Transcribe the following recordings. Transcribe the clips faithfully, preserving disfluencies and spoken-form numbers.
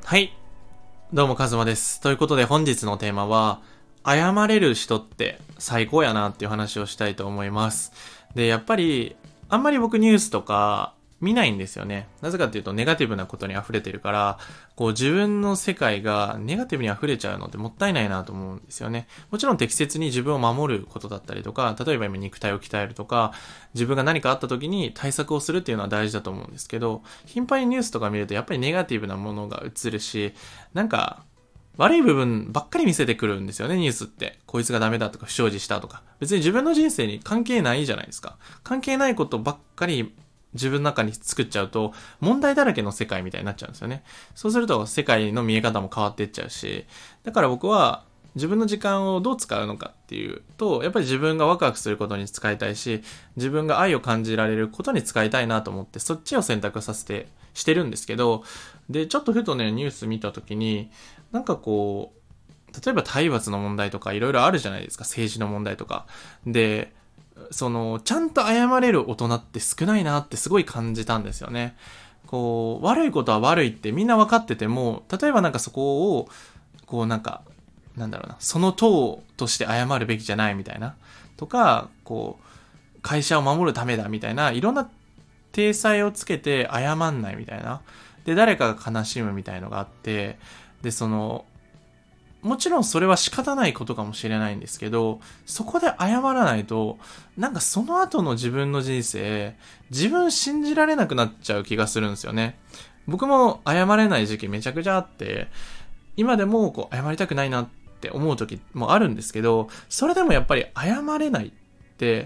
はい。どうも、カズマです。ということで本日のテーマは、謝れる人って最高やなっていう話をしたいと思います。で、やっぱり、あんまり僕ニュースとか見ないんですよね。なぜかっていうと、ネガティブなことに溢れてるから、こう自分の世界がネガティブに溢れちゃうのってもったいないなと思うんですよね。もちろん適切に自分を守ることだったりとか、例えば今肉体を鍛えるとか、自分が何かあった時に対策をするっていうのは大事だと思うんですけど、頻繁にニュースとか見るとやっぱりネガティブなものが映るし、なんか、悪い部分ばっかり見せてくるんですよね、ニュースって。こいつがダメだとか不祥事したとか。別に自分の人生に関係ないじゃないですか。関係ないことばっかり自分の中に作っちゃうと、問題だらけの世界みたいになっちゃうんですよね。そうすると世界の見え方も変わっていっちゃうし、だから僕は自分の時間をどう使うのかっていうと、やっぱり自分がワクワクすることに使いたいし、自分が愛を感じられることに使いたいなと思って、そっちを選択させて、してるんですけど、で、ちょっとふとね、ニュース見たときに、なんかこう、例えば体罰の問題とかいろいろあるじゃないですか、政治の問題とか。で、その、ちゃんと謝れる大人って少ないなってすごい感じたんですよね。こう、悪いことは悪いってみんな分かってても、例えばなんかそこを、こうなんか、なんだろうな、その党として謝るべきじゃないみたいな。とか、こう、会社を守るためだみたいな、いろんな体裁をつけて謝んないみたいな。で、誰かが悲しむみたいのがあって、で、その、もちろんそれは仕方ないことかもしれないんですけど、そこで謝らないと、なんかその後の自分の人生、自分信じられなくなっちゃう気がするんですよね。僕も謝れない時期めちゃくちゃあって、今でもこう謝りたくないなって思う時もあるんですけど、それでもやっぱり謝れないって、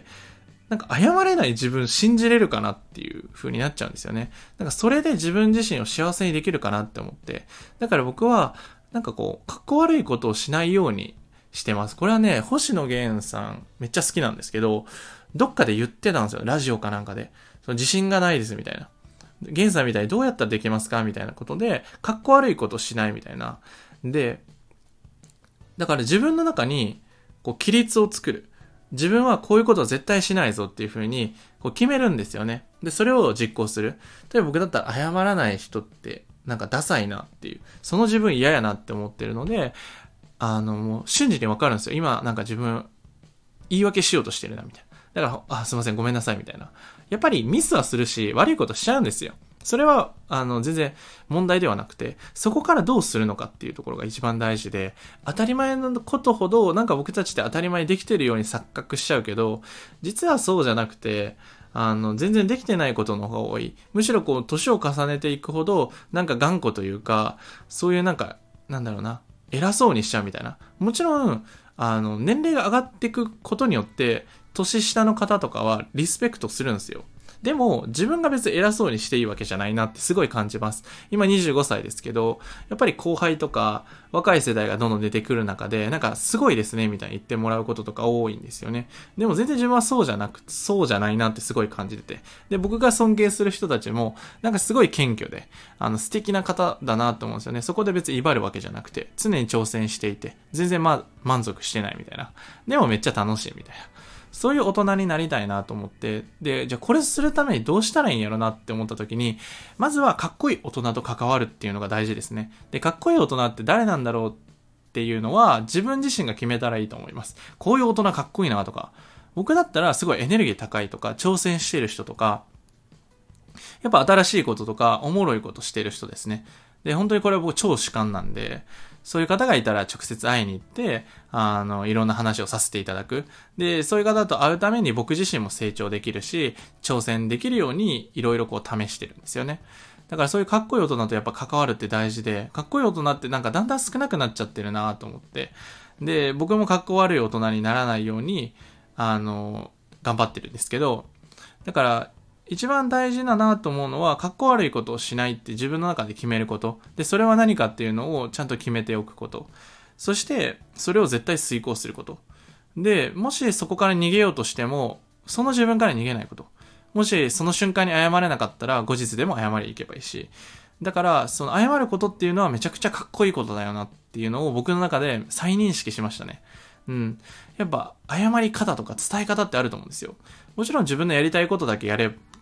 なんか謝れない自分信じれるかなっていう風になっちゃうんですよね。なんかそれで自分自身を幸せにできるかなって思って。だから僕は、なんかこう、かっこ悪いことをしないようにしてます。これはね、星野源さんめっちゃ好きなんですけど、どっかで言ってたんですよ。ラジオかなんかで。その自信がないですみたいな。源さんみたいにどうやったらできますかみたいなことで、かっこ悪いことをしないみたいな。で、だから自分の中に、こう、規律を作る。自分はこういうことを絶対しないぞっていう風にこう決めるんですよね。で、それを実行する。例えば僕だったら謝らない人ってなんかダサいなっていう、その自分嫌やなって思ってるので、あのもう瞬時にわかるんですよ。今なんか自分言い訳しようとしてるなみたいな。だから、あ、すいませんごめんなさいみたいな。やっぱりミスはするし悪いことしちゃうんですよ。それは、あの、全然問題ではなくて、そこからどうするのかっていうところが一番大事で、当たり前のことほど、なんか僕たちって当たり前にできてるように錯覚しちゃうけど、実はそうじゃなくて、あの、全然できてないことの方が多い。むしろこう、年を重ねていくほど、なんか頑固というか、そういうなんか、なんだろうな、偉そうにしちゃうみたいな。もちろん、あの、年齢が上がっていくことによって、年下の方とかはリスペクトするんですよ。でも、自分が別に偉そうにしていいわけじゃないなってすごい感じます。今にじゅうごさいですけど、やっぱり後輩とか若い世代がどんどん出てくる中で、なんかすごいですねみたいに言ってもらうこととか多いんですよね。でも全然自分はそうじゃなく、そうじゃないなってすごい感じてて。で、僕が尊敬する人たちも、なんかすごい謙虚で、あの素敵な方だなと思うんですよね。そこで別に威張るわけじゃなくて、常に挑戦していて、全然まあ満足してないみたいな。でもめっちゃ楽しいみたいな。そういう大人になりたいなと思って、で、じゃあこれするためにどうしたらいいんやろなって思った時に、まずはかっこいい大人と関わるっていうのが大事ですね。で、かっこいい大人って誰なんだろうっていうのは自分自身が決めたらいいと思います。こういう大人かっこいいなとか、僕だったらすごいエネルギー高いとか、挑戦してる人とか、やっぱ新しいこととか、おもろいことしてる人ですね。で、本当にこれは僕超主観なんで、そういう方がいたら直接会いに行って、あの、いろんな話をさせていただく。で、そういう方と会うために僕自身も成長できるし、挑戦できるようにいろいろこう試してるんですよね。だからそういうかっこいい大人とやっぱ関わるって大事で、かっこいい大人ってなんかだんだん少なくなっちゃってるなと思って。で、僕もかっこ悪い大人にならないように、あの、頑張ってるんですけど、だから、一番大事だなと思うのは、かっこ悪いことをしないって自分の中で決めること。で、それは何かっていうのをちゃんと決めておくこと。そして、それを絶対遂行すること。で、もしそこから逃げようとしても、その自分から逃げないこと。もしその瞬間に謝れなかったら、後日でも謝りに行けばいいし。だから、その謝ることっていうのはめちゃくちゃかっこいいことだよなっていうのを僕の中で再認識しましたね。うん。やっぱ、謝り方とか伝え方ってあると思うんですよ。もちろん自分のやりたいことだけやれ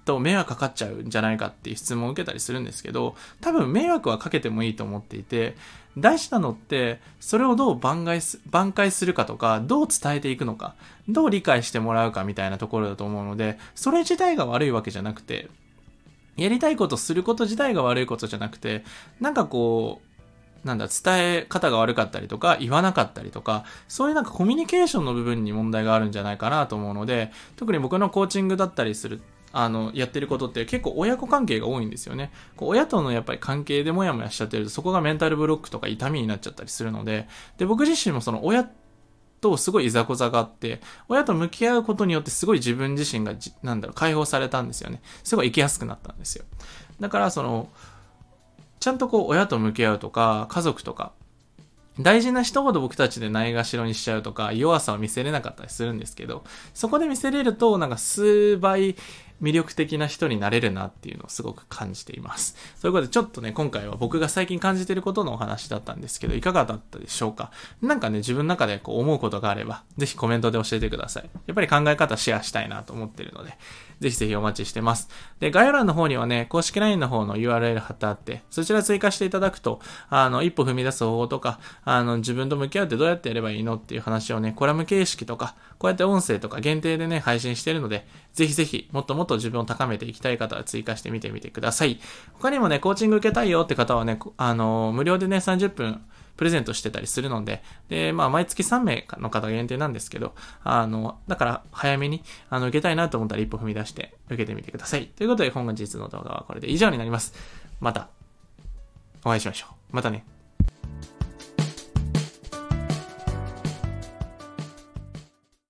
と迷惑かかっちゃうんじゃないかっていう質問を受けたりするんですけど、多分迷惑はかけてもいいと思っていて、大事なのってそれをどう挽回す、挽回するかとか、どう伝えていくのか、どう理解してもらうかみたいなところだと思うので、それ自体が悪いわけじゃなくて、やりたいことすること自体が悪いことじゃなくて、なんかこう、なんだ、伝え方が悪かったりとか、言わなかったりとか、そういうなんかコミュニケーションの部分に問題があるんじゃないかなと思うので、特に僕のコーチングだったりする、あの、やってることって結構親子関係が多いんですよね。こう親とのやっぱり関係でモヤモヤしちゃってると、そこがメンタルブロックとか痛みになっちゃったりするので、で、僕自身もその親とすごいいざこざがあって、親と向き合うことによってすごい自分自身がじ、なんだろう、解放されたんですよね。すごい生きやすくなったんですよ。だからその、ちゃんとこう親と向き合うとか、家族とか、大事な人ほど僕たちでないがしろにしちゃうとか、弱さを見せれなかったりするんですけど、そこで見せれると、なんか数倍魅力的な人になれるなっていうのをすごく感じています。そういうことでちょっとね、今回は僕が最近感じていることのお話だったんですけど、いかがだったでしょうか。なんかね、自分の中でこう思うことがあれば、ぜひコメントで教えてください。やっぱり考え方シェアしたいなと思ってるので、ぜひぜひお待ちしてます。で、概要欄の方にはね、公式 ライン の方の ユーアールエル 貼ってあって、そちら追加していただくと、あの、一歩踏み出す方法とか、あの、自分と向き合うってどうやってやればいいのっていう話をね、コラム形式とか、こうやって音声とか限定でね、配信してるので、ぜひぜひ、もっともっと自分を高めていきたい方は追加してみてみてください。他にもね、コーチング受けたいよって方はね、あの、無料でね、さんじゅっぷん、プレゼントしてたりするので、で、まあ、毎月さんめいの方限定なんですけど、あの、だから、早めに、あの、受けたいなと思ったら一歩踏み出して、受けてみてください。ということで、本日の動画はこれで以上になります。また、お会いしましょう。またね。